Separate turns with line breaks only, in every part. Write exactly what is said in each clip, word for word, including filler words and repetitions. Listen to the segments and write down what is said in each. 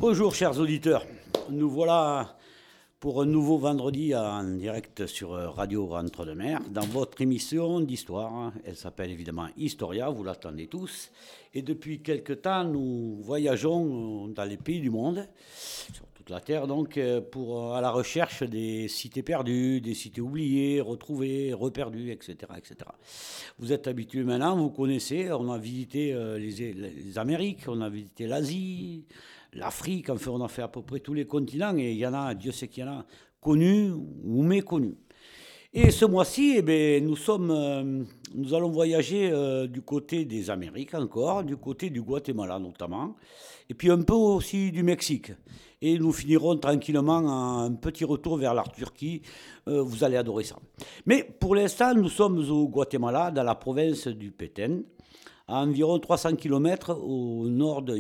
Bonjour chers auditeurs, nous voilà pour un nouveau vendredi en direct sur Radio Entre-deux-Mers dans votre émission d'histoire. Elle s'appelle évidemment Historia, vous l'attendez tous. Et depuis quelque temps, nous voyageons dans les pays du monde, sur toute la Terre donc, pour, à la recherche des cités perdues, des cités oubliées, retrouvées, reperdues, et cetera, et cetera. Vous êtes habitués maintenant, vous connaissez, on a visité les, les Amériques, on a visité l'Asie, l'Afrique, enfin on a fait à peu près tous les continents et il y en a, Dieu sait qu'il y en a, connus ou méconnus. Et ce mois-ci, eh bien, nous, sommes, euh, nous allons voyager euh, du côté des Amériques encore, du côté du Guatemala notamment, et puis un peu aussi du Mexique. Et nous finirons tranquillement un petit retour vers la Turquie. Euh, vous allez adorer ça. Mais pour l'instant, nous sommes au Guatemala, dans la province du Petén, à environ trois cents kilomètres au nord de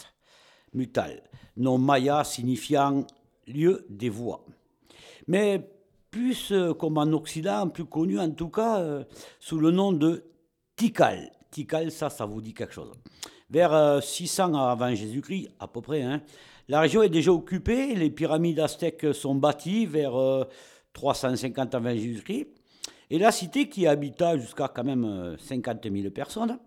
Yaxmutal, nom maya signifiant lieu des voies. Mais plus euh, comme en Occident, plus connu en tout cas euh, sous le nom de Tikal. Tikal, ça, ça vous dit quelque chose. Vers euh, six cents avant Jésus-Christ, à peu près, hein, la région est déjà occupée, les pyramides aztèques sont bâties vers euh, trois cent cinquante avant Jésus-Christ, et la cité qui habita jusqu'à quand même euh, cinquante mille personnes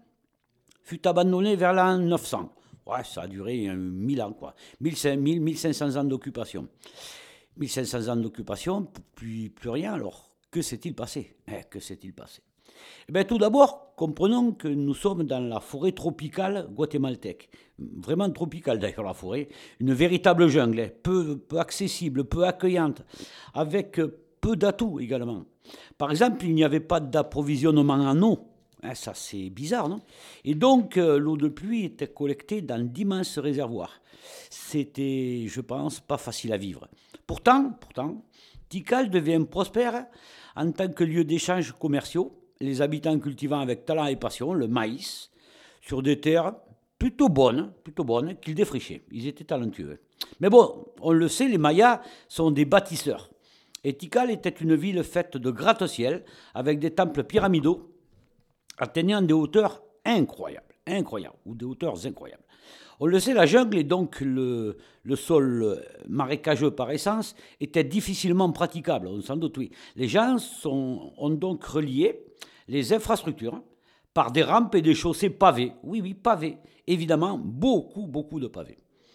fut abandonnée vers l'an neuf cents. Ouais, ça a duré euh, mille ans, quoi. mille cinq cents ans d'occupation. mille cinq cents ans d'occupation, puis plus rien. Alors, que s'est-il passé eh, Que s'est-il passé eh bien, tout d'abord, comprenons que nous sommes dans la forêt tropicale guatémaltèque. Vraiment tropicale d'ailleurs, la forêt. Une véritable jungle, peu, peu accessible, peu accueillante, avec peu d'atouts également. Par exemple, il n'y avait pas d'approvisionnement en eau. Eh, ça, c'est bizarre, non? Et donc, euh, l'eau de pluie était collectée dans d'immenses réservoirs. C'était, je pense, pas facile à vivre. Pourtant, pourtant, Tikal devient prospère en tant que lieu d'échanges commerciaux, les habitants cultivant avec talent et passion le maïs sur des terres plutôt bonnes, plutôt bonnes qu'ils défrichaient. Ils étaient talentueux. Mais bon, on le sait, les Mayas sont des bâtisseurs. Et Tikal était une ville faite de gratte-ciel avec des temples pyramidaux atteignant des hauteurs incroyables, incroyables, ou des hauteurs incroyables. On le sait, la jungle et donc le, le sol marécageux par essence était difficilement praticable, on s'en doute, oui. Les gens sont, ont donc relié les infrastructures par des rampes et des chaussées pavées. Oui, oui, pavées. Évidemment, beaucoup, beaucoup de pavés.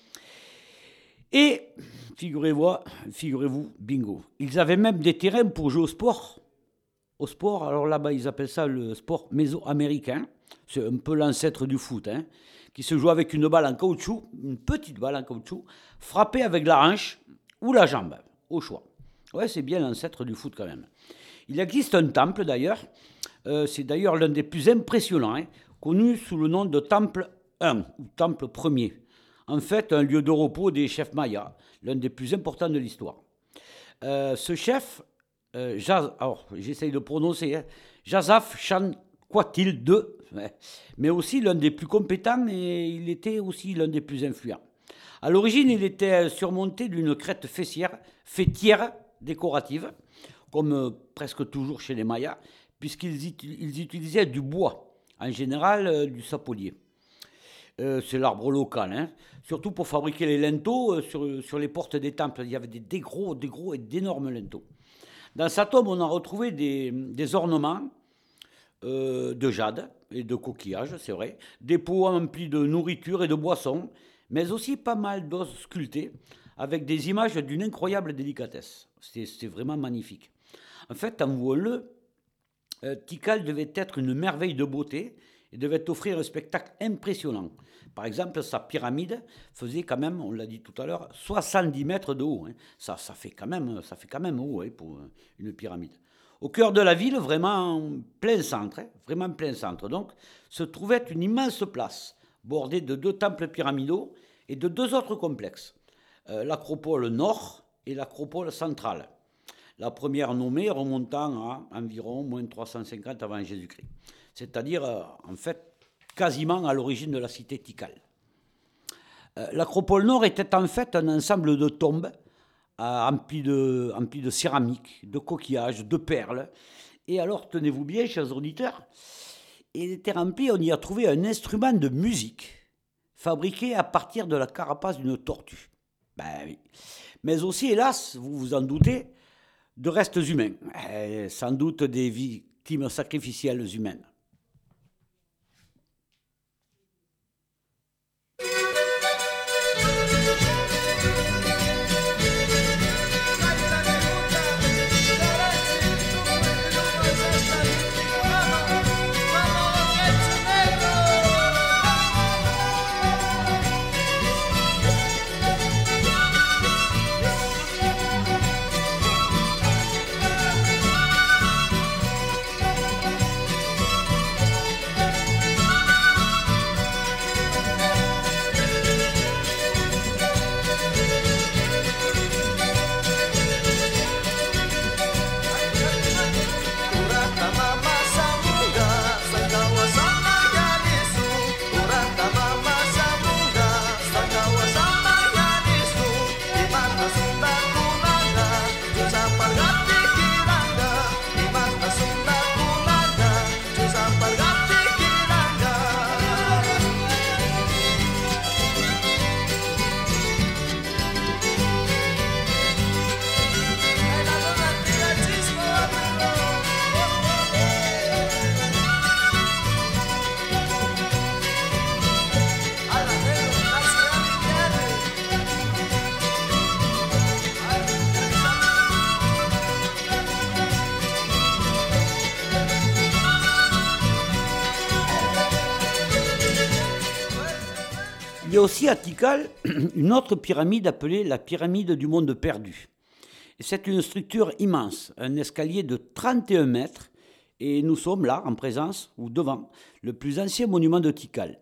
Et, figurez-vous, figurez-vous, bingo, ils avaient même des terrains pour jouer au sport. Au sport, alors là-bas, ils appellent ça le sport mésoaméricain. C'est un peu l'ancêtre du foot, hein, qui se joue avec une balle en caoutchouc, une petite balle en caoutchouc, frappée avec la hanche ou la jambe, au choix. Ouais, c'est bien l'ancêtre du foot quand même. Il existe un temple d'ailleurs, euh, c'est d'ailleurs l'un des plus impressionnants, hein, connu sous le nom de Temple un, ou Temple premier. En fait, un lieu de repos des chefs mayas, l'un des plus importants de l'histoire. Euh, ce chef, euh, Jaz, alors j'essaye de prononcer, hein, Jazaf Chanquatil deux, mais aussi l'un des plus compétents et il était aussi l'un des plus influents. À l'origine, il était surmonté d'une crête fessière, fêtière décorative, comme euh, presque toujours chez les Mayas, puisqu'ils ils utilisaient du bois, en général euh, du sapolier. Euh, c'est l'arbre local, hein, surtout pour fabriquer les linteaux euh, sur, sur les portes des temples. Il y avait des, des gros, des gros et d'énormes linteaux. Dans sa tombe, on a retrouvé des, des ornements euh, de jade et de coquillages, c'est vrai, des pots remplis de nourriture et de boissons, mais aussi pas mal d'os sculptés, avec des images d'une incroyable délicatesse. C'est, c'est vraiment magnifique. En fait, avouons-le, euh, Tikal devait être une merveille de beauté et devait offrir un spectacle impressionnant. Par exemple, sa pyramide faisait quand même, on l'a dit tout à l'heure, soixante-dix mètres de haut. Hein. Ça, ça, fait quand même, ça fait quand même haut, hein, pour une pyramide. Au cœur de la ville, vraiment plein centre, hein, vraiment plein centre. Donc, se trouvait une immense place, bordée de deux temples pyramidaux et de deux autres complexes. Euh, l'acropole nord et l'acropole centrale. La première nommée remontant à environ moins trois cent cinquante avant Jésus-Christ. C'est-à-dire, euh, en fait, quasiment à l'origine de la cité Tikal. Euh, l'acropole nord était en fait un ensemble de tombes euh, emplies de, emplies de céramique, de coquillages, de perles. Et alors, tenez-vous bien, chers auditeurs, il était rempli, on y a trouvé un instrument de musique. fabriqué à partir de la carapace d'une tortue. Ben oui. Mais aussi, hélas, vous vous en doutez, de restes humains, et sans doute des victimes sacrificielles humaines. Il y a aussi à Tikal une autre pyramide appelée la pyramide du monde perdu. C'est une structure immense, un escalier de trente et un mètres, et nous sommes là, en présence, ou devant, le plus ancien monument de Tikal.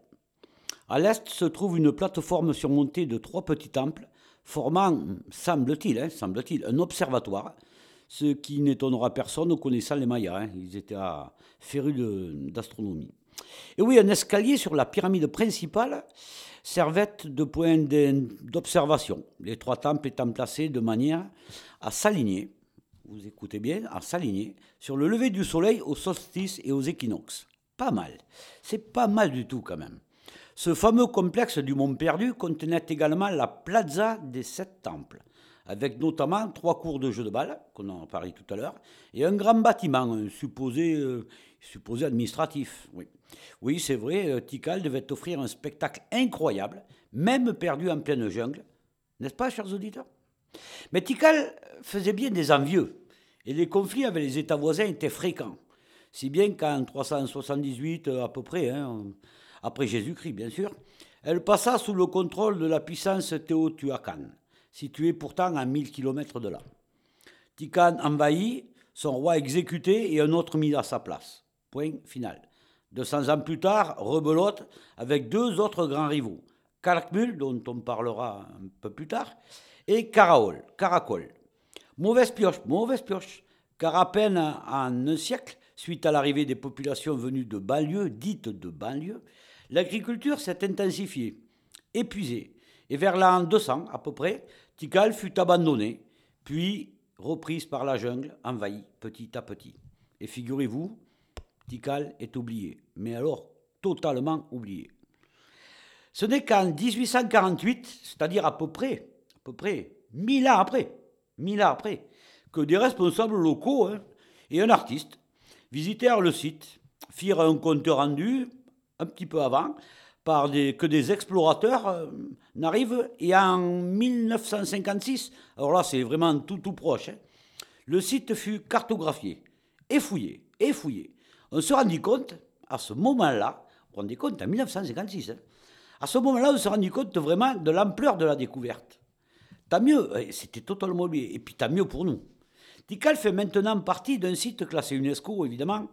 À l'est se trouve une plateforme surmontée de trois petits temples, formant, semble-t-il, hein, semble-t-il, un observatoire, ce qui n'étonnera personne connaissant les Mayas, hein, ils étaient férus de, d'astronomie. Et oui, un escalier sur la pyramide principale servait de point d'observation, les trois temples étant placés de manière à s'aligner, vous écoutez bien, à s'aligner sur le lever du soleil au solstice et aux équinoxes. Pas mal, c'est pas mal du tout quand même. Ce fameux complexe du Mont Perdu contenait également la plaza des sept temples, avec notamment trois cours de jeux de balle, qu'on en a parlé tout à l'heure, et un grand bâtiment, un supposé, euh, supposé administratif. Oui, oui c'est vrai, Tikal devait offrir un spectacle incroyable, même perdu en pleine jungle, n'est-ce pas, chers auditeurs? Mais Tikal faisait bien des envieux, et les conflits avec les États voisins étaient fréquents, si bien qu'en trois cent soixante-dix-huit à peu près, hein, après Jésus-Christ bien sûr, elle passa sous le contrôle de la puissance Téotihuacan, située pourtant à mille kilomètres de là. Tikal envahi, son roi exécuté et un autre mis à sa place. Point final. deux cents ans plus tard, rebelote avec deux autres grands rivaux, Calakmul, dont on parlera un peu plus tard, et Caracol. Caracol. Mauvaise pioche, mauvaise pioche, car à peine en un siècle, suite à l'arrivée des populations venues de banlieues, dites de banlieues, l'agriculture s'est intensifiée, épuisée, et vers l'an deux cents à peu près, Tikal fut abandonnée, puis reprise par la jungle, envahie petit à petit. Et figurez-vous, Tikal est oublié, mais alors totalement oublié. Ce n'est qu'en dix-huit cent quarante-huit, c'est-à-dire à peu près, à peu près, mille ans après, mille ans après, que des responsables locaux hein, et un artiste visitèrent le site, firent un compte rendu un petit peu avant, par des, que des explorateurs euh, n'arrivent, et en mille neuf cent cinquante-six, alors là c'est vraiment tout tout proche, hein, le site fut cartographié, et fouillé, et fouillé. On se rendit compte, à ce moment-là, vous vous rendez compte, en mille neuf cent cinquante-six, hein, à ce moment-là, on se rendit compte vraiment de l'ampleur de la découverte. Tant mieux, c'était totalement oublié, et puis tant mieux pour nous. Tikal fait maintenant partie d'un site classé UNESCO, évidemment,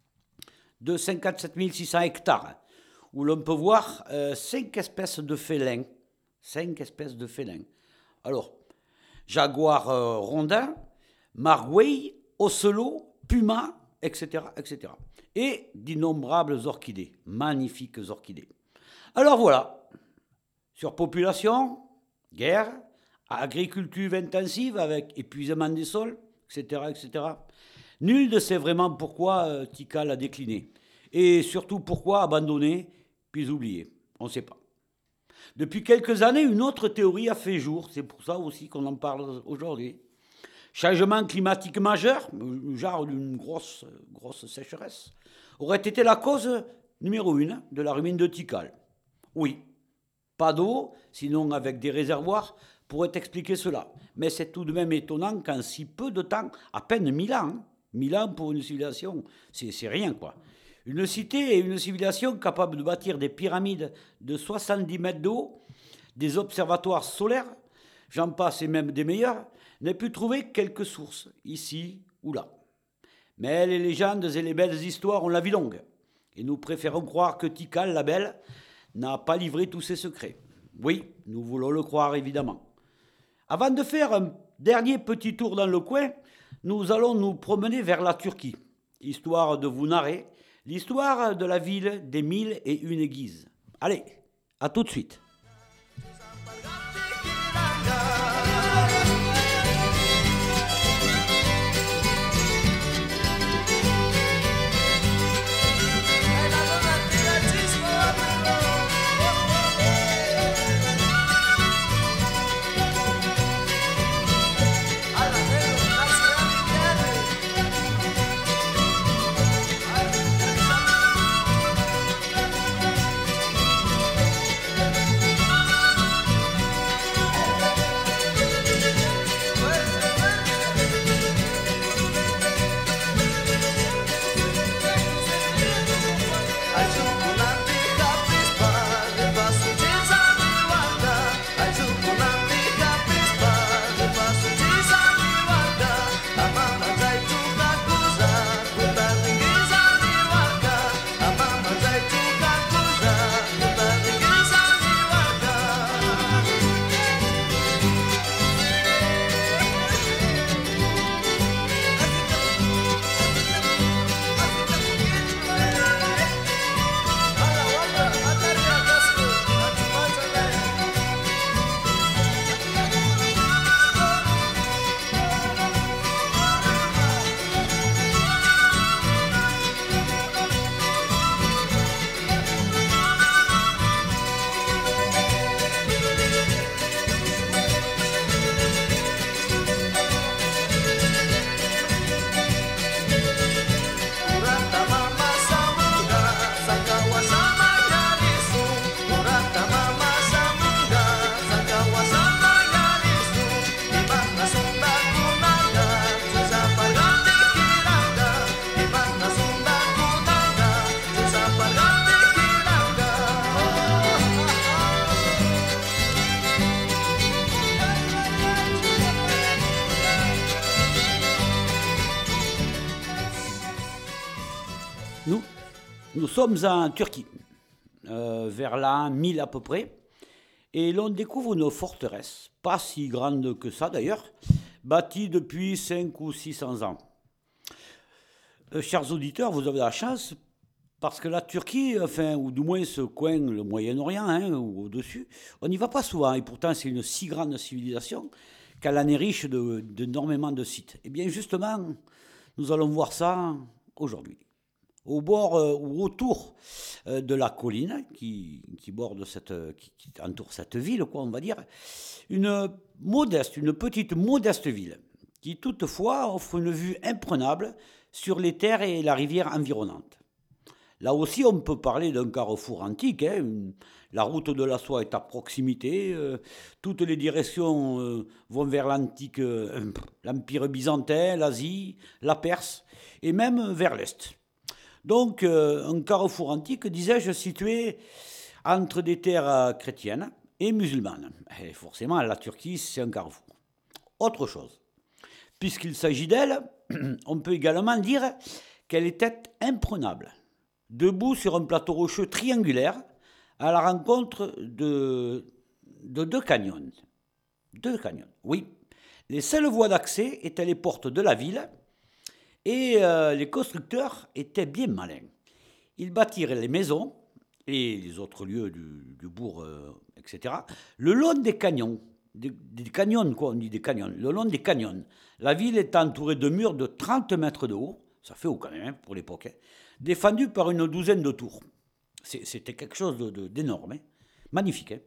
de cinquante-sept mille six cents hectares, où l'on peut voir euh, cinq espèces de félins. Cinq espèces de félins. Alors, jaguar euh, rondin, margouey, ocelot, puma, et cetera, et cetera. Et d'innombrables orchidées, magnifiques orchidées. Alors voilà, surpopulation, guerre, agriculture intensive avec épuisement des sols, et cetera, et cetera. Nul ne sait vraiment pourquoi euh, Tikal a décliné. Et surtout pourquoi abandonné, puis oublié. On ne sait pas. Depuis quelques années, une autre théorie a fait jour, c'est pour ça aussi qu'on en parle aujourd'hui. Changement climatique majeur, genre d'une grosse, grosse sécheresse, aurait été la cause numéro une de la ruine de Tikal. Oui, pas d'eau, sinon avec des réservoirs, pourrait expliquer cela. Mais c'est tout de même étonnant qu'en si peu de temps, à peine mille ans, hein, mille ans pour une civilisation, c'est, c'est rien quoi. Une cité et une civilisation capable de bâtir des pyramides de soixante-dix mètres de haut, des observatoires solaires, j'en passe et même des meilleurs, n'ait pu trouver quelques sources, ici ou là. Mais les légendes et les belles histoires ont la vie longue. Et nous préférons croire que Tikal, la belle, n'a pas livré tous ses secrets. Oui, nous voulons le croire, évidemment. Avant de faire un dernier petit tour dans le coin, nous allons nous promener vers la Turquie, histoire de vous narrer l'histoire de la ville des mille et une églises. Allez, à tout de suite. Nous, nous sommes en Turquie, euh, vers l'an mille à peu près, et l'on découvre une forteresse, pas si grande que ça d'ailleurs, bâtie depuis cinq ou six cents ans. Euh, chers auditeurs, vous avez la chance, parce que la Turquie, enfin, ou du moins ce coin, le Moyen-Orient, hein, ou au-dessus, on n'y va pas souvent, et pourtant c'est une si grande civilisation qu'elle en est riche de, d'énormément de sites. Et bien justement, nous allons voir ça aujourd'hui. Au bord euh, ou autour euh, de la colline qui, qui borde cette, qui, qui entoure cette ville, quoi, on va dire, une modeste, une petite modeste ville qui toutefois offre une vue imprenable sur les terres et la rivière environnante. Là aussi, on peut parler d'un carrefour antique. Hein, une, la route de la soie est à proximité. Euh, toutes les directions euh, vont vers l'antique, euh, l'Empire byzantin, l'Asie, la Perse et même vers l'Est. Donc, euh, un carrefour antique, disais-je, situé entre des terres chrétiennes et musulmanes. Et forcément, la Turquie, c'est un carrefour. Autre chose, puisqu'il s'agit d'elle, on peut également dire qu'elle était imprenable. Debout sur un plateau rocheux triangulaire, à la rencontre de, de deux canyons. Deux canyons, oui. Les seules voies d'accès étaient les portes de la ville, et euh, les constructeurs étaient bien malins. Ils bâtirent les maisons et les autres lieux du, du bourg, euh, et cetera, le long des canyons. Des, des canyons, quoi, on dit des canyons. Le long des canyons. La ville est entourée de murs de trente mètres de haut, ça fait haut quand même hein, pour l'époque, hein, défendus par une douzaine de tours. C'est, c'était quelque chose de, de, d'énorme, hein, magnifique. Hein.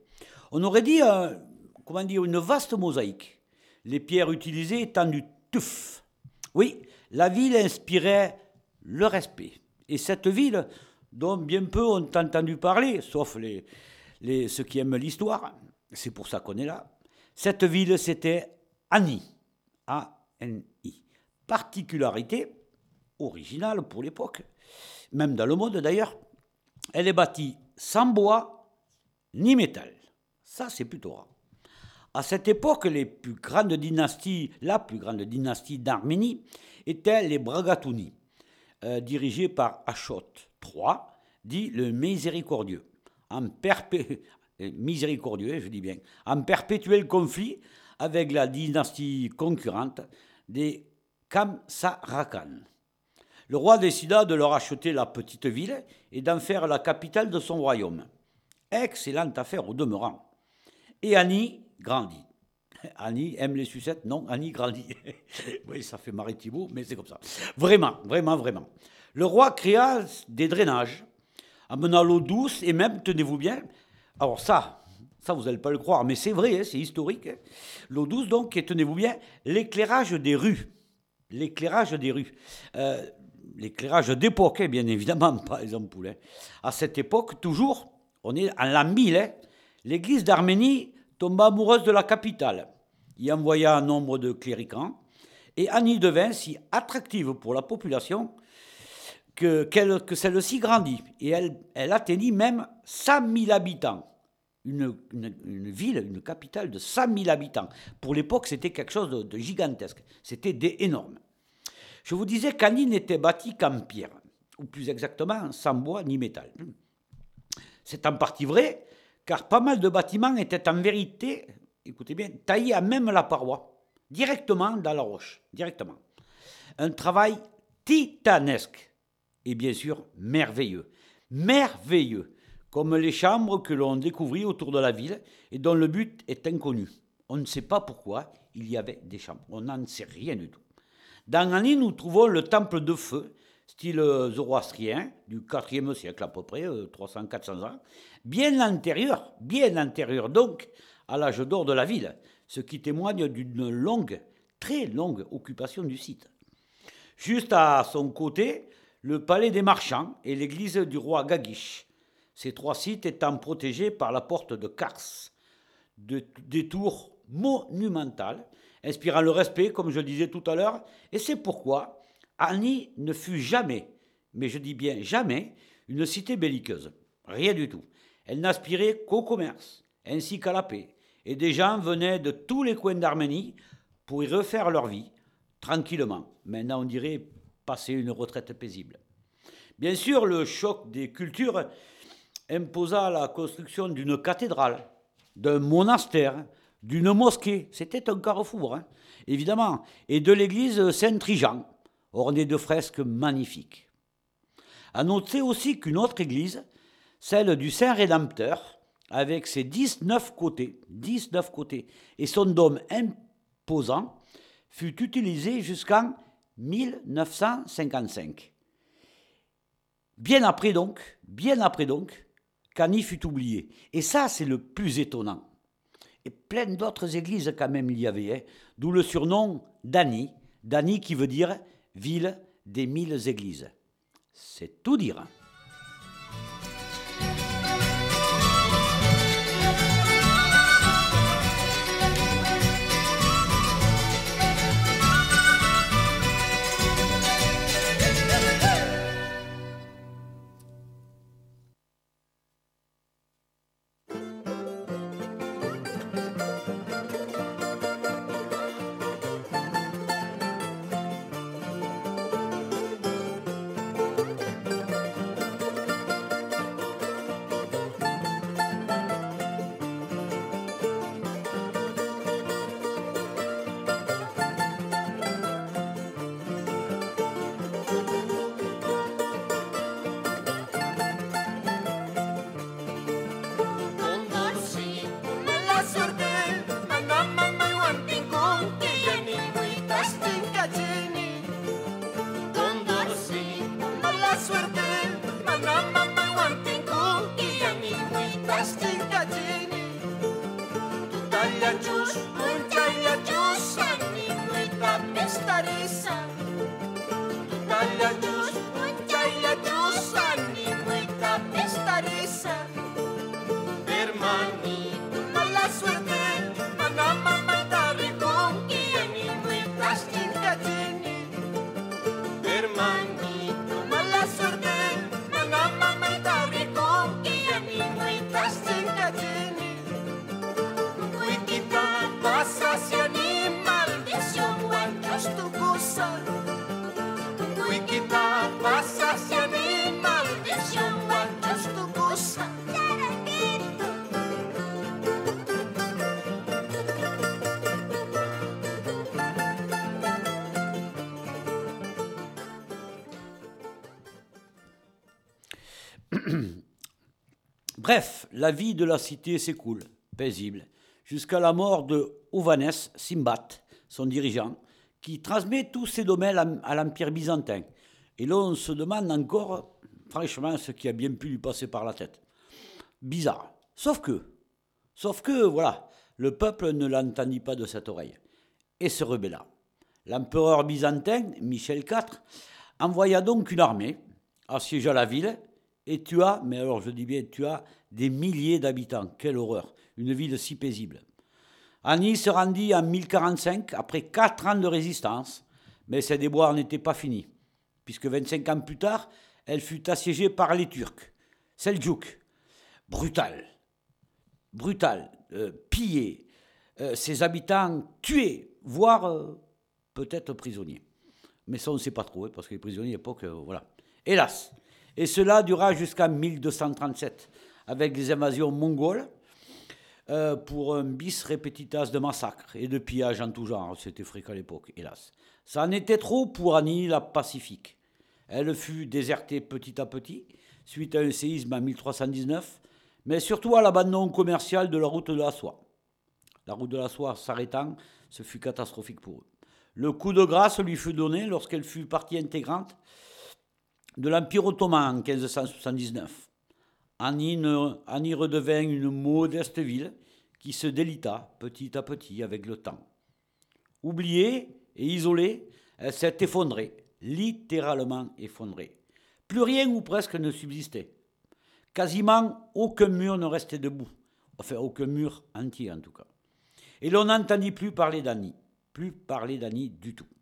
On aurait dit, euh, comment dire, une vaste mosaïque. Les pierres utilisées étant du tuf. Oui, la ville inspirait le respect. Et cette ville, dont bien peu ont entendu parler, sauf les, les, ceux qui aiment l'histoire, c'est pour ça qu'on est là, cette ville, c'était Ani. A N I. Particularité originale pour l'époque, même dans le monde d'ailleurs, elle est bâtie sans bois ni métal. Ça, c'est plutôt rare. À cette époque, les plus grandes dynasties, la plus grande dynastie d'Arménie était les Bragatouni, euh, dirigée par Achot trois, dit le miséricordieux, en perpé... miséricordieux, je dis bien, en perpétuel conflit avec la dynastie concurrente des Kamsarakan. Le roi décida de leur acheter la petite ville et d'en faire la capitale de son royaume. Excellente affaire au demeurant. Et Ani grandit. Annie aime les sucettes, non, Annie grandit. Oui, ça fait marrer Thibault, mais c'est comme ça. Vraiment, vraiment, vraiment. Le roi créa des drainages, amenant l'eau douce et même, tenez-vous bien, alors ça, ça vous n'allez pas le croire, mais c'est vrai, hein, c'est historique. Hein. L'eau douce, donc, et tenez-vous bien, l'éclairage des rues. L'éclairage des rues. Euh, l'éclairage d'époque, hein, bien évidemment, pas les ampoules. Hein. À cette époque, toujours, on est en l'an mille, hein, l'église d'Arménie tomba amoureuse de la capitale, y envoya un nombre de cléricants, et Annie devint si attractive pour la population que, qu'elle, que celle-ci grandit, et elle, elle atteignit même cent mille habitants. Une, une, une ville, une capitale de cent mille habitants. Pour l'époque, c'était quelque chose de, de gigantesque, c'était des, énorme. Je vous disais qu'Annie n'était bâtie qu'en pierre, ou plus exactement, sans bois ni métal. C'est en partie vrai, car pas mal de bâtiments étaient en vérité, écoutez bien, taillés à même la paroi, directement dans la roche, directement. Un travail titanesque et bien sûr merveilleux, merveilleux, comme les chambres que l'on découvrit autour de la ville et dont le but est inconnu. On ne sait pas pourquoi il y avait des chambres, on n'en sait rien du tout. Dans Ani, nous trouvons le temple de feu, style zoroastrien, du quatrième siècle à peu près, trois cents à quatre cents ans, bien antérieur, bien antérieur donc à l'âge d'or de la ville, ce qui témoigne d'une longue, très longue occupation du site. Juste à son côté, le palais des marchands et l'église du roi Gagish, ces trois sites étant protégés par la porte de Kars, de, des tours monumentales, inspirant le respect, comme je le disais tout à l'heure, et c'est pourquoi Ani ne fut jamais, mais je dis bien jamais, une cité belliqueuse. Rien du tout. Elle n'aspirait qu'au commerce, ainsi qu'à la paix. Et des gens venaient de tous les coins d'Arménie pour y refaire leur vie, tranquillement. Maintenant, on dirait passer une retraite paisible. Bien sûr, le choc des cultures imposa la construction d'une cathédrale, d'un monastère, d'une mosquée. C'était un carrefour, hein, évidemment. Et de l'église Saint-Trijan, ornée de fresques magnifiques. À noter aussi qu'une autre église, celle du Saint-Rédempteur, avec ses dix-neuf côtés, dix-neuf côtés, et son dôme imposant, fut utilisée jusqu'en mille neuf cent cinquante-cinq. Bien après donc, bien après donc, qu'Ani fut oubliée. Et ça, c'est le plus étonnant. Et plein d'autres églises quand même il y avait, hein, d'où le surnom d'Ani, d'Ani qui veut dire ville des mille églises. C'est tout dire.
Jus, Muntaia Jus, Animuita Pestarissa. Muntaia Jus, Muntaia Jus, Animuita Pestarissa. Hermani, mala suerte, manama maitari con que animuita stingatini. Hermani, mala suerte, manama maitari con que animuita stingatini. Wikita pasa si animal maldición guanchos tu cosa. Wikita pasa si animal maldición guanchos tu cosa.
Bref, la vie de la cité s'écoule, paisible, jusqu'à la mort de Ovannes Simbat, son dirigeant, qui transmet tous ses domaines à l'Empire byzantin. Et l'on se demande encore, franchement, ce qui a bien pu lui passer par la tête. Bizarre. Sauf que, sauf que, voilà, le peuple ne l'entendit pas de cette oreille et se rebella. L'empereur byzantin, Michel quatre, envoya donc une armée, assiégea la ville et tua, mais alors je dis bien tua, des milliers d'habitants. Quelle horreur, une ville si paisible. Annie se rendit en mille quarante-cinq, après quatre ans de résistance, mais ses déboires n'étaient pas finis, puisque vingt-cinq ans plus tard, elle fut assiégée par les Turcs, Seldjouk. Brutal, brutal, euh, pillé, euh, ses habitants tués, voire euh, peut-être prisonniers. Mais ça, on ne sait pas trop, hein, parce que les prisonniers à l'époque, euh, voilà. Hélas. Et cela dura jusqu'en mille deux cent trente-sept, avec des invasions mongoles, euh, pour un bis repetitas de massacres et de pillages en tout genre. C'était fréquent à l'époque, hélas. Ça en était trop pour Annie la Pacifique. Elle fut désertée petit à petit, suite à un séisme en mille trois cent dix-neuf, mais surtout à l'abandon commercial de la route de la soie. La route de la soie s'arrêtant, ce fut catastrophique pour eux. Le coup de grâce lui fut donné lorsqu'elle fut partie intégrante de l'Empire ottoman en quinze cent soixante-dix-neuf. Annie, ne, Annie redevint une modeste ville qui se délita petit à petit avec le temps. Oubliée et isolée, elle s'est effondrée, littéralement effondrée. Plus rien ou presque ne subsistait. Quasiment aucun mur ne restait debout. Enfin, aucun mur entier en tout cas. Et l'on n'entendit plus parler d'Annie. Plus parler d'Annie du tout.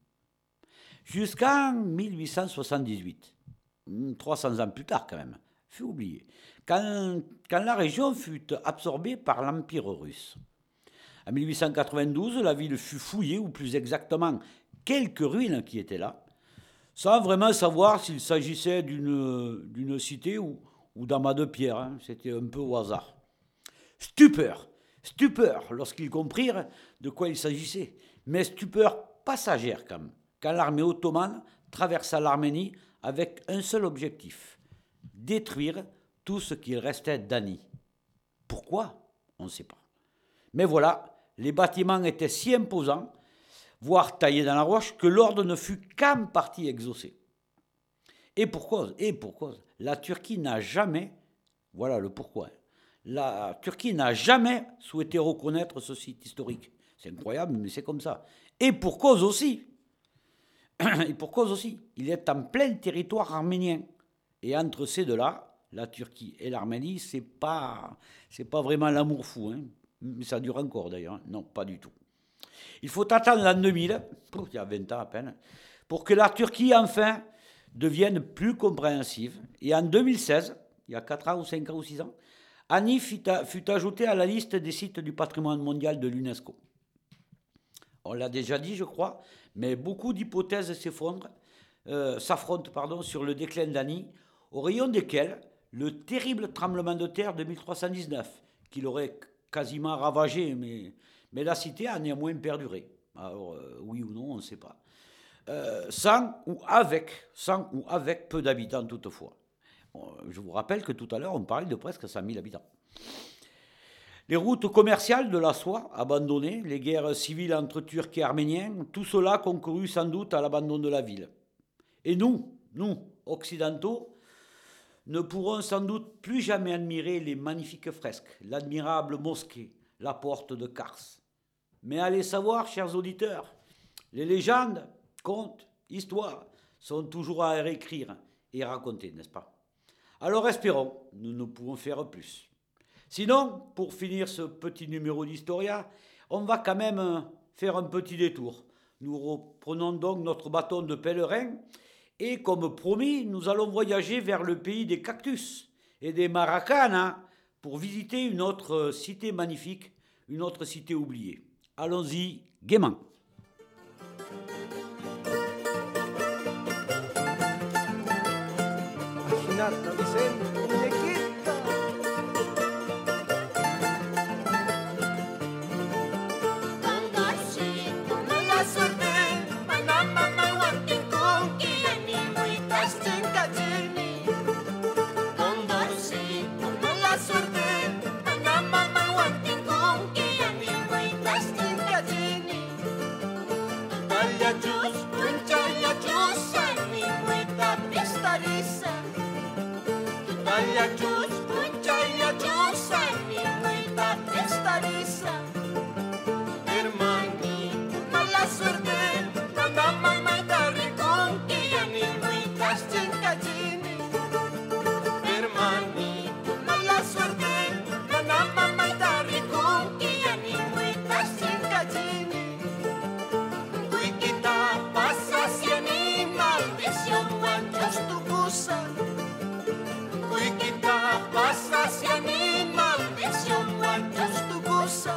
Jusqu'en mille huit cent soixante-dix-huit. trois cents ans plus tard quand même, fut oublié, quand, quand la région fut absorbée par l'Empire russe. En mille huit cent quatre-vingt-douze, la ville fut fouillée, ou plus exactement quelques ruines qui étaient là, sans vraiment savoir s'il s'agissait d'une, d'une cité ou, ou d'amas de pierre, hein. C'était un peu au hasard. Stupeur, stupeur lorsqu'ils comprirent de quoi il s'agissait, mais stupeur passagère quand même, quand l'armée ottomane traversa l'Arménie avec un seul objectif, détruire tout ce qu'il restait d'Annie. Pourquoi ? On ne sait pas. Mais voilà, les bâtiments étaient si imposants, voire taillés dans la roche, que l'ordre ne fut qu'en partie exaucé. Et pour cause, et pour cause, la Turquie n'a jamais, voilà le pourquoi, la Turquie n'a jamais souhaité reconnaître ce site historique. C'est incroyable, mais c'est comme ça. Et pour cause aussi, Et pour cause aussi, il est en plein territoire arménien. Et entre ces deux-là, la Turquie et l'Arménie, c'est pas, c'est pas vraiment l'amour fou, hein. Mais ça dure encore d'ailleurs. Non, pas du tout. Il faut attendre l'an deux mille, il y a vingt ans à peine, pour que la Turquie, enfin, devienne plus compréhensive. Et en deux mille seize, il y a quatre ans ou cinq ans ou six ans, Annie fut, à, fut ajoutée à la liste des sites du patrimoine mondial de l'UNESCO. On l'a déjà dit, je crois, mais beaucoup d'hypothèses s'effondrent, euh, s'affrontent pardon, sur le déclin d'Annie, au rayon desquelles le terrible tremblement de terre de mille trois cent dix-neuf, qui l'aurait quasiment ravagé, mais, mais la cité a néanmoins perduré. Alors, euh, oui ou non, on ne sait pas. Euh, sans ou avec, sans ou avec peu d'habitants toutefois. Bon, je vous rappelle que tout à l'heure, on parlait de presque cent mille habitants. Les routes commerciales de la soie abandonnées, les guerres civiles entre Turcs et Arméniens, tout cela concourut sans doute à l'abandon de la ville. Et nous, nous, occidentaux, ne pourrons sans doute plus jamais admirer les magnifiques fresques, l'admirable mosquée, la porte de Kars. Mais allez savoir, chers auditeurs, les légendes, contes, histoires sont toujours à réécrire et à raconter, n'est-ce pas? Alors espérons, nous ne pouvons faire plus. Sinon, pour finir ce petit numéro d'Historia, on va quand même faire un petit détour. Nous reprenons donc notre bâton de pèlerin et comme promis, nous allons voyager vers le pays des cactus et des maracanas pour visiter une autre cité magnifique, une autre cité oubliée. Allons-y gaiement.
Imagínate, dicen, muñequita.
Condorcito, mala suerte, Panama, Mahuantinconqui, Animuitas, Chincachini. Condorcito, mala suerte, Panama, Mahuantinconqui, Animuitas, Chincachini. Tallachus, punchayachus, Animuita, Pistariza. Tallachus, punchayachus, Animuita, Pistariza. Hermanito, mala suerte, Panama, Mahuantinconqui, Animuitas, Chincachini. Hermanito, mala suerte, Panama, Mahuantinconqui, Animuitas, Chincachini. Wikita, pasa si anima, maldición, guanchos, tu cosa. Wikita, pasa si anima, maldición, guanchos, tu cosa.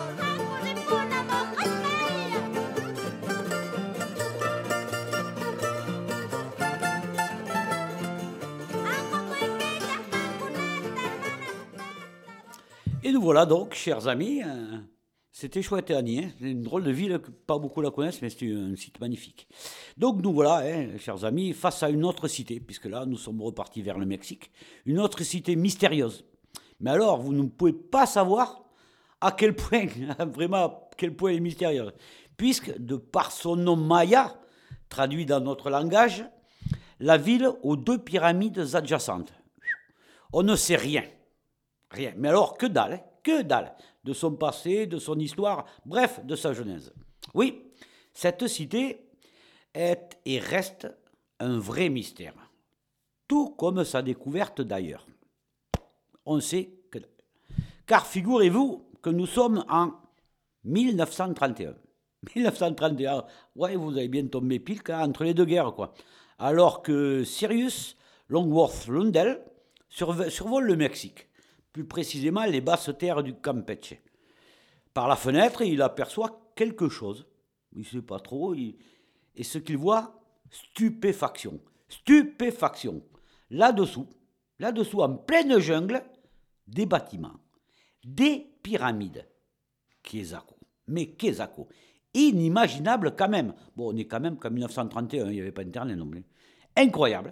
Et nous voilà donc, chers amis, euh, c'était chouette Annie, hein, c'est une drôle de ville que pas beaucoup la connaissent, mais c'est un site magnifique. Donc nous voilà, hein, chers amis, face à une autre cité, puisque là nous sommes repartis vers le Mexique, une autre cité mystérieuse. Mais alors, vous ne pouvez pas savoir à quel point, vraiment à quel point elle est mystérieuse, puisque de par son nom maya, traduit dans notre langage, la ville aux deux pyramides adjacentes. On ne sait rien. Rien. Mais alors, que dalle, hein, que dalle, de son passé, de son histoire, bref, de sa genèse. Oui, cette cité est et reste un vrai mystère, tout comme sa découverte d'ailleurs. On sait que... Car figurez-vous que nous sommes en mille neuf cent trente et un. mille neuf cent trente et un, ouais, vous avez bien tombé pile entre les deux guerres, quoi. Alors que Cyrus Longworth Lundell surve- survole le Mexique. Plus précisément les basses terres du Campeche. Par la fenêtre, il aperçoit quelque chose. Il ne sait pas trop. Il... Et ce qu'il voit, stupéfaction. Stupéfaction. Là-dessous, là-dessous, en pleine jungle, des bâtiments. Des pyramides. Quezako. Mais Quezako. Inimaginable quand même. Bon, on est quand même qu'en mille neuf cent trente et un, il n'y avait pas Internet non plus. Incroyable.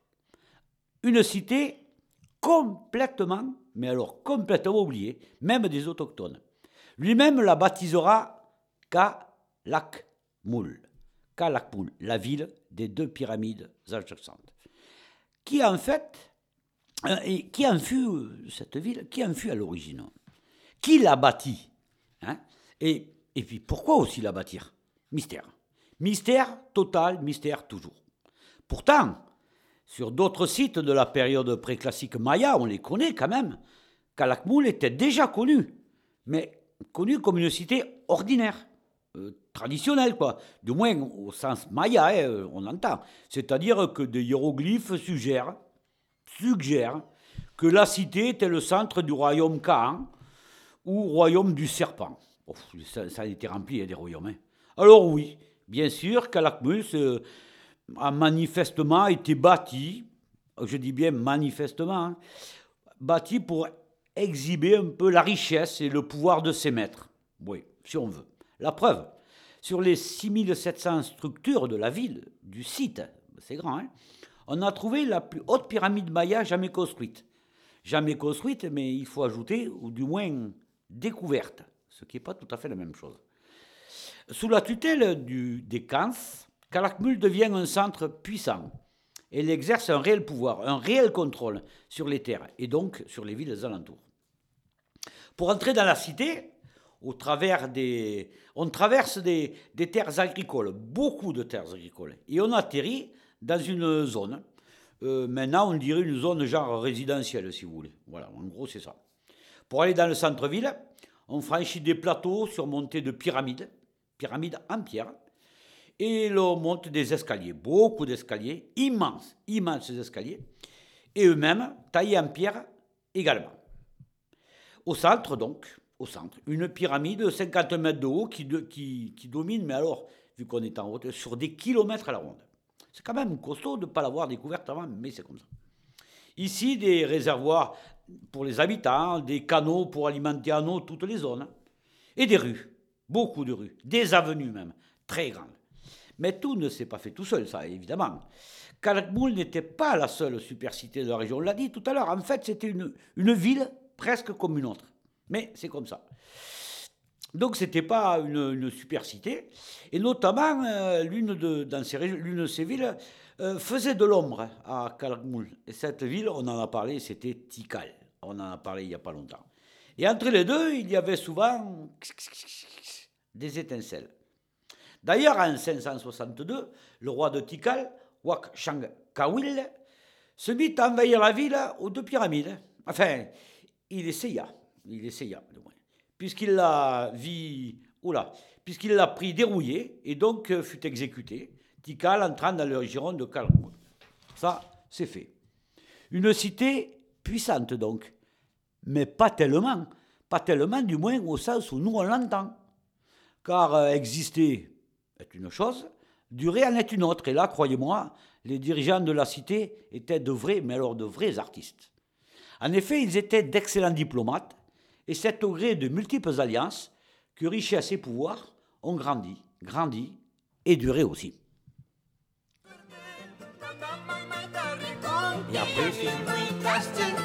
Une cité complètement, mais alors complètement oubliée, même des autochtones. Lui-même la baptisera Calakmul. Calakmul, la ville des deux pyramides adjacentes. Qui en fait, euh, et qui en fut cette ville, qui en fut à l'origine? Qui l'a bâtie, hein? et, et puis pourquoi aussi la bâtir? Mystère. Mystère total, mystère toujours. Pourtant, sur d'autres sites de la période préclassique maya, on les connaît quand même, Calakmul était déjà connu, mais connu comme une cité ordinaire, euh, traditionnelle, quoi. Du moins au sens maya, hein, on entend. C'est-à-dire que des hiéroglyphes suggèrent, suggèrent que la cité était le centre du royaume Kaan, ou royaume du serpent. Oh, ça, ça a été rempli, hein, des royaumes. Hein. Alors oui, bien sûr, Calakmul euh, a manifestement été bâti, je dis bien manifestement, hein, bâti pour exhiber un peu la richesse et le pouvoir de ses maîtres. Oui, si on veut. La preuve, sur les six mille sept cents structures de la ville, du site, c'est grand, hein, on a trouvé la plus haute pyramide maya jamais construite. Jamais construite, mais il faut ajouter, ou du moins découverte, ce qui n'est pas tout à fait la même chose. Sous la tutelle du, des Khans, Calakmul devient un centre puissant. Elle exerce un réel pouvoir, un réel contrôle sur les terres et donc sur les villes alentours. Pour entrer dans la cité, au travers des... On traverse des, des terres agricoles, beaucoup de terres agricoles. Et on atterrit dans une zone. Euh, maintenant, on dirait une zone genre résidentielle, si vous voulez. Voilà, en gros, c'est ça. Pour aller dans le centre-ville, on franchit des plateaux surmontés de pyramides, pyramides en pierre, et l'on monte des escaliers, beaucoup d'escaliers, immenses, immenses escaliers, et eux-mêmes taillés en pierre également. Au centre, donc, au centre, une pyramide de cinquante mètres de haut qui, de, qui, qui domine, mais alors, vu qu'on est en haute, sur des kilomètres à la ronde. C'est quand même costaud de ne pas l'avoir découverte avant, mais c'est comme ça. Ici, des réservoirs pour les habitants, des canaux pour alimenter en eau toutes les zones, et des rues, beaucoup de rues, des avenues même, très grandes. Mais tout ne s'est pas fait tout seul, ça, évidemment. Calakmul n'était pas la seule supercité de la région, on l'a dit tout à l'heure. En fait, c'était une, une ville presque comme une autre. Mais c'est comme ça. Donc, ce n'était pas une, une supercité. Et notamment, euh, l'une, de, dans ces, l'une de ces villes euh, faisait de l'ombre à Calakmul. Et cette ville, on en a parlé, c'était Tikal. On en a parlé il n'y a pas longtemps. Et entre les deux, il y avait souvent des étincelles. D'ailleurs, en cinq cent soixante-deux, le roi de Tikal, Wak Chang Kawil, se mit à envahir la ville aux deux pyramides. Enfin, il essaya, il essaya, du moins, puisqu'il l'a vu, oula, puisqu'il l'a pris dérouillé et donc fut exécuté, Tikal entrant dans le giron de Calakmul. Ça, c'est fait. Une cité puissante donc, mais pas tellement, pas tellement du moins au sens où nous on l'entend, car euh, exister est une chose, durer en est une autre. Et là, croyez-moi, les dirigeants de la cité étaient de vrais, mais alors de vrais artistes. En effet, ils étaient d'excellents diplomates, et c'est au gré de multiples alliances que richesse et pouvoir ont grandi, grandi et duré aussi. Et après, c'est...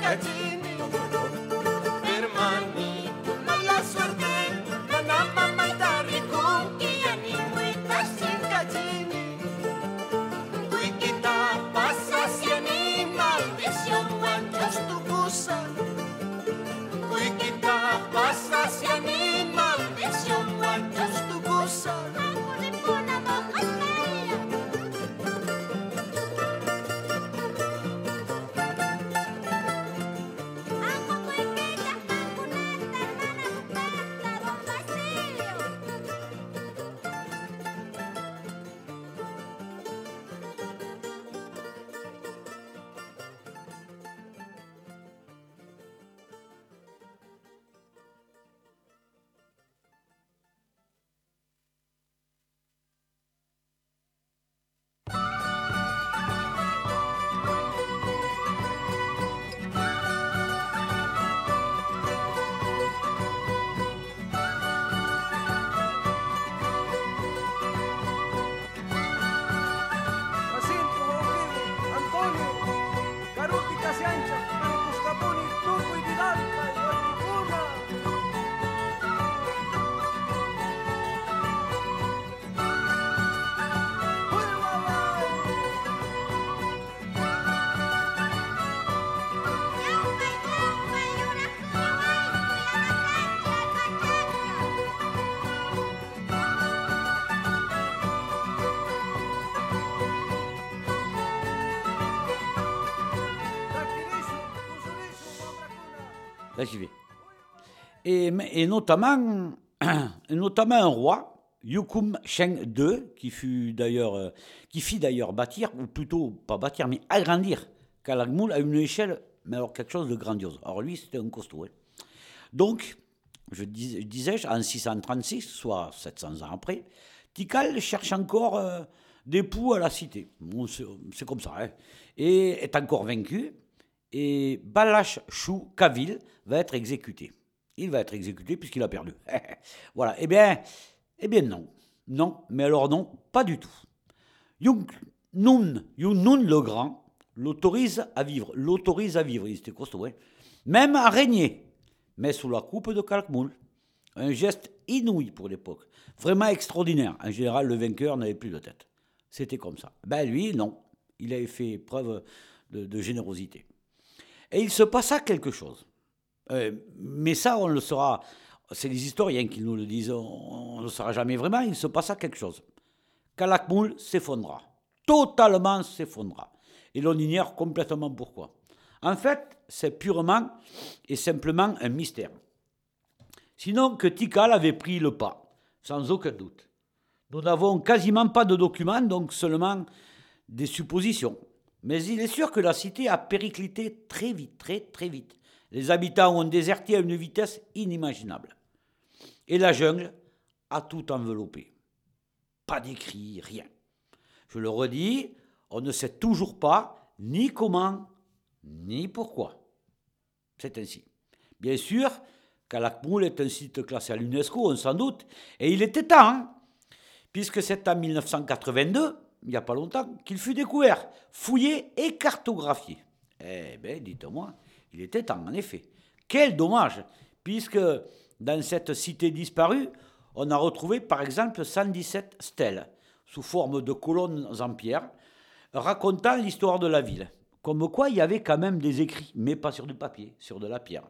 Là, j'y vais. Et, et notamment, notamment un roi, Yukum Sheng deux, qui fut d'ailleurs, euh, qui fit d'ailleurs bâtir, ou plutôt pas bâtir, mais agrandir Calakmul à une échelle, mais alors quelque chose de grandiose. Alors lui, c'était un costaud. Hein. Donc, je, dis, je disais, en six cent trente-six, soit sept cents ans après, Tikal cherche encore euh, des poux à la cité. Bon, c'est, c'est comme ça. Hein. Et est encore vaincu. Et Balash Chou Kavil va être exécuté. Il va être exécuté puisqu'il a perdu. Voilà. Eh bien, eh bien non. Non, mais alors non, pas du tout. Yung Nun, Yung Nun le Grand l'autorise à vivre. L'autorise à vivre, il était costaud, hein. Même à régner, mais sous la coupe de Calakmul. Un geste inouï pour l'époque. Vraiment extraordinaire. En général, le vainqueur n'avait plus de tête. C'était comme ça. Ben lui, non. Il avait fait preuve de, de générosité. Et il se passa quelque chose. Euh, mais ça, on le saura, c'est les historiens qui nous le disent, on, on ne le saura jamais vraiment, il se passa quelque chose. Calakmul s'effondra, totalement s'effondra. Et l'on ignore complètement pourquoi. En fait, c'est purement et simplement un mystère. Sinon que Tikal avait pris le pas, sans aucun doute. Nous n'avons quasiment pas de documents, donc seulement des suppositions. Mais il est sûr que la cité a périclité très vite, très très vite. Les habitants ont déserté à une vitesse inimaginable. Et la jungle a tout enveloppé. Pas d'écrit, rien. Je le redis, on ne sait toujours pas ni comment, ni pourquoi. C'est ainsi. Bien sûr, Calakmul est un site classé à l'UNESCO, on s'en doute, et il était temps, hein, puisque c'est en mille neuf cent quatre-vingt-deux, il n'y a pas longtemps, qu'il fut découvert, fouillé et cartographié. Eh bien, dites-moi, il était temps, en effet. Quel dommage, puisque dans cette cité disparue, on a retrouvé par exemple cent dix-sept stèles, sous forme de colonnes en pierre, racontant l'histoire de la ville. Comme quoi, il y avait quand même des écrits, mais pas sur du papier, sur de la pierre.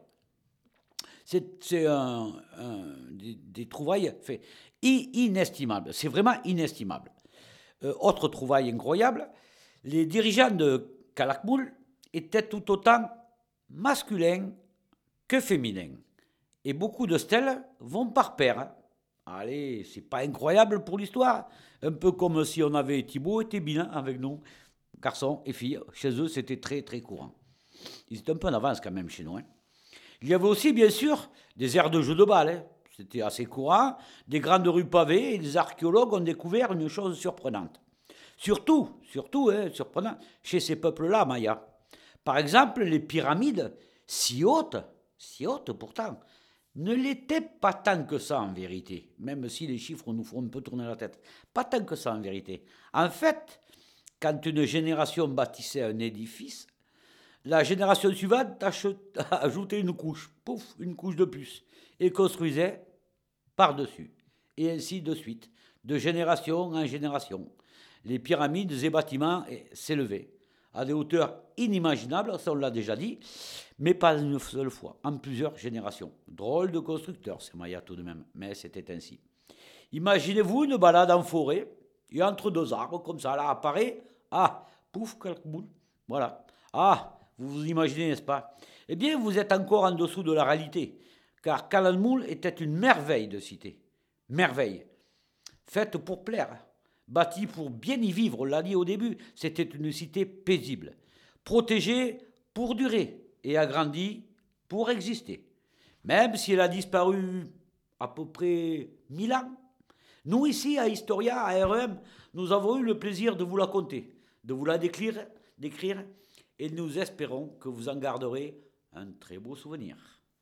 C'est, c'est un, un, des, des trouvailles fait, inestimables, c'est vraiment inestimable. Euh, autre trouvaille incroyable, les dirigeants de Calakmul étaient tout autant masculins que féminins. Et beaucoup de stèles vont par paire. Allez, c'est pas incroyable pour l'histoire. Un peu comme si on avait Thibaut et Tébin avec nous, garçons et filles. Chez eux, c'était très très courant. Ils étaient un peu en avance quand même chez nous. Hein. Il y avait aussi, bien sûr, des aires de jeux de balle. Hein. C'était assez courant. Des grandes rues pavées. Et les archéologues ont découvert une chose surprenante. Surtout, surtout, hein, surprenant, chez ces peuples-là, Maya. Par exemple, les pyramides, si hautes, si hautes pourtant, ne l'étaient pas tant que ça en vérité, même si les chiffres nous font un peu tourner la tête. Pas tant que ça en vérité. En fait, quand une génération bâtissait un édifice, la génération suivante ajoutait une couche, pouf, une couche de plus, et construisait par-dessus, et ainsi de suite, de génération en génération. Les pyramides et bâtiments s'élevaient à des hauteurs inimaginables, ça on l'a déjà dit, mais pas une seule fois, en plusieurs générations. Drôle de constructeur, c'est Maya tout de même, mais c'était ainsi. Imaginez-vous une balade en forêt, et entre deux arbres, comme ça, là apparaît, ah, pouf, Calakmul, voilà. Ah, vous vous imaginez, n'est-ce pas? Eh bien, vous êtes encore en dessous de la réalité, car Calakmul était une merveille de cité. Merveille. Faite pour plaire. Bâtie pour bien y vivre, on l'a dit au début, c'était une cité paisible. Protégée pour durer et agrandie pour exister. Même si elle a disparu à peu près mille ans. Nous, ici, à Historia, à R E M, nous avons eu le plaisir de vous la conter, de vous la décrire, décrire, et nous espérons que vous en garderez un très beau souvenir.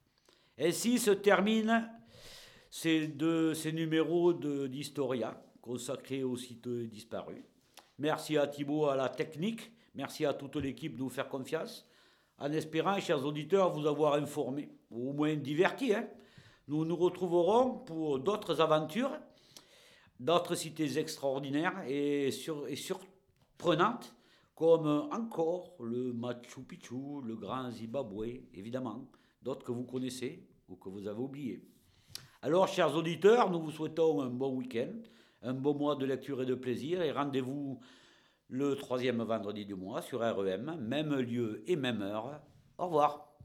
Ainsi se terminent ces, deux, ces numéros de, d'Historia, consacrés au site disparu. Merci à Thibaut, à la technique, merci à toute l'équipe de nous faire confiance, en espérant, chers auditeurs, vous avoir informés, ou au moins divertis. Hein. Nous nous retrouverons pour d'autres aventures, d'autres cités extraordinaires et, sur, et surprenantes, comme encore le Machu Picchu, le Grand Zimbabwe, évidemment, d'autres que vous connaissez ou que vous avez oubliés. Alors, chers auditeurs, nous vous souhaitons un bon week-end, un beau mois de lecture et de plaisir, et rendez-vous le troisième vendredi du mois sur R E M, même lieu et même heure. Au revoir.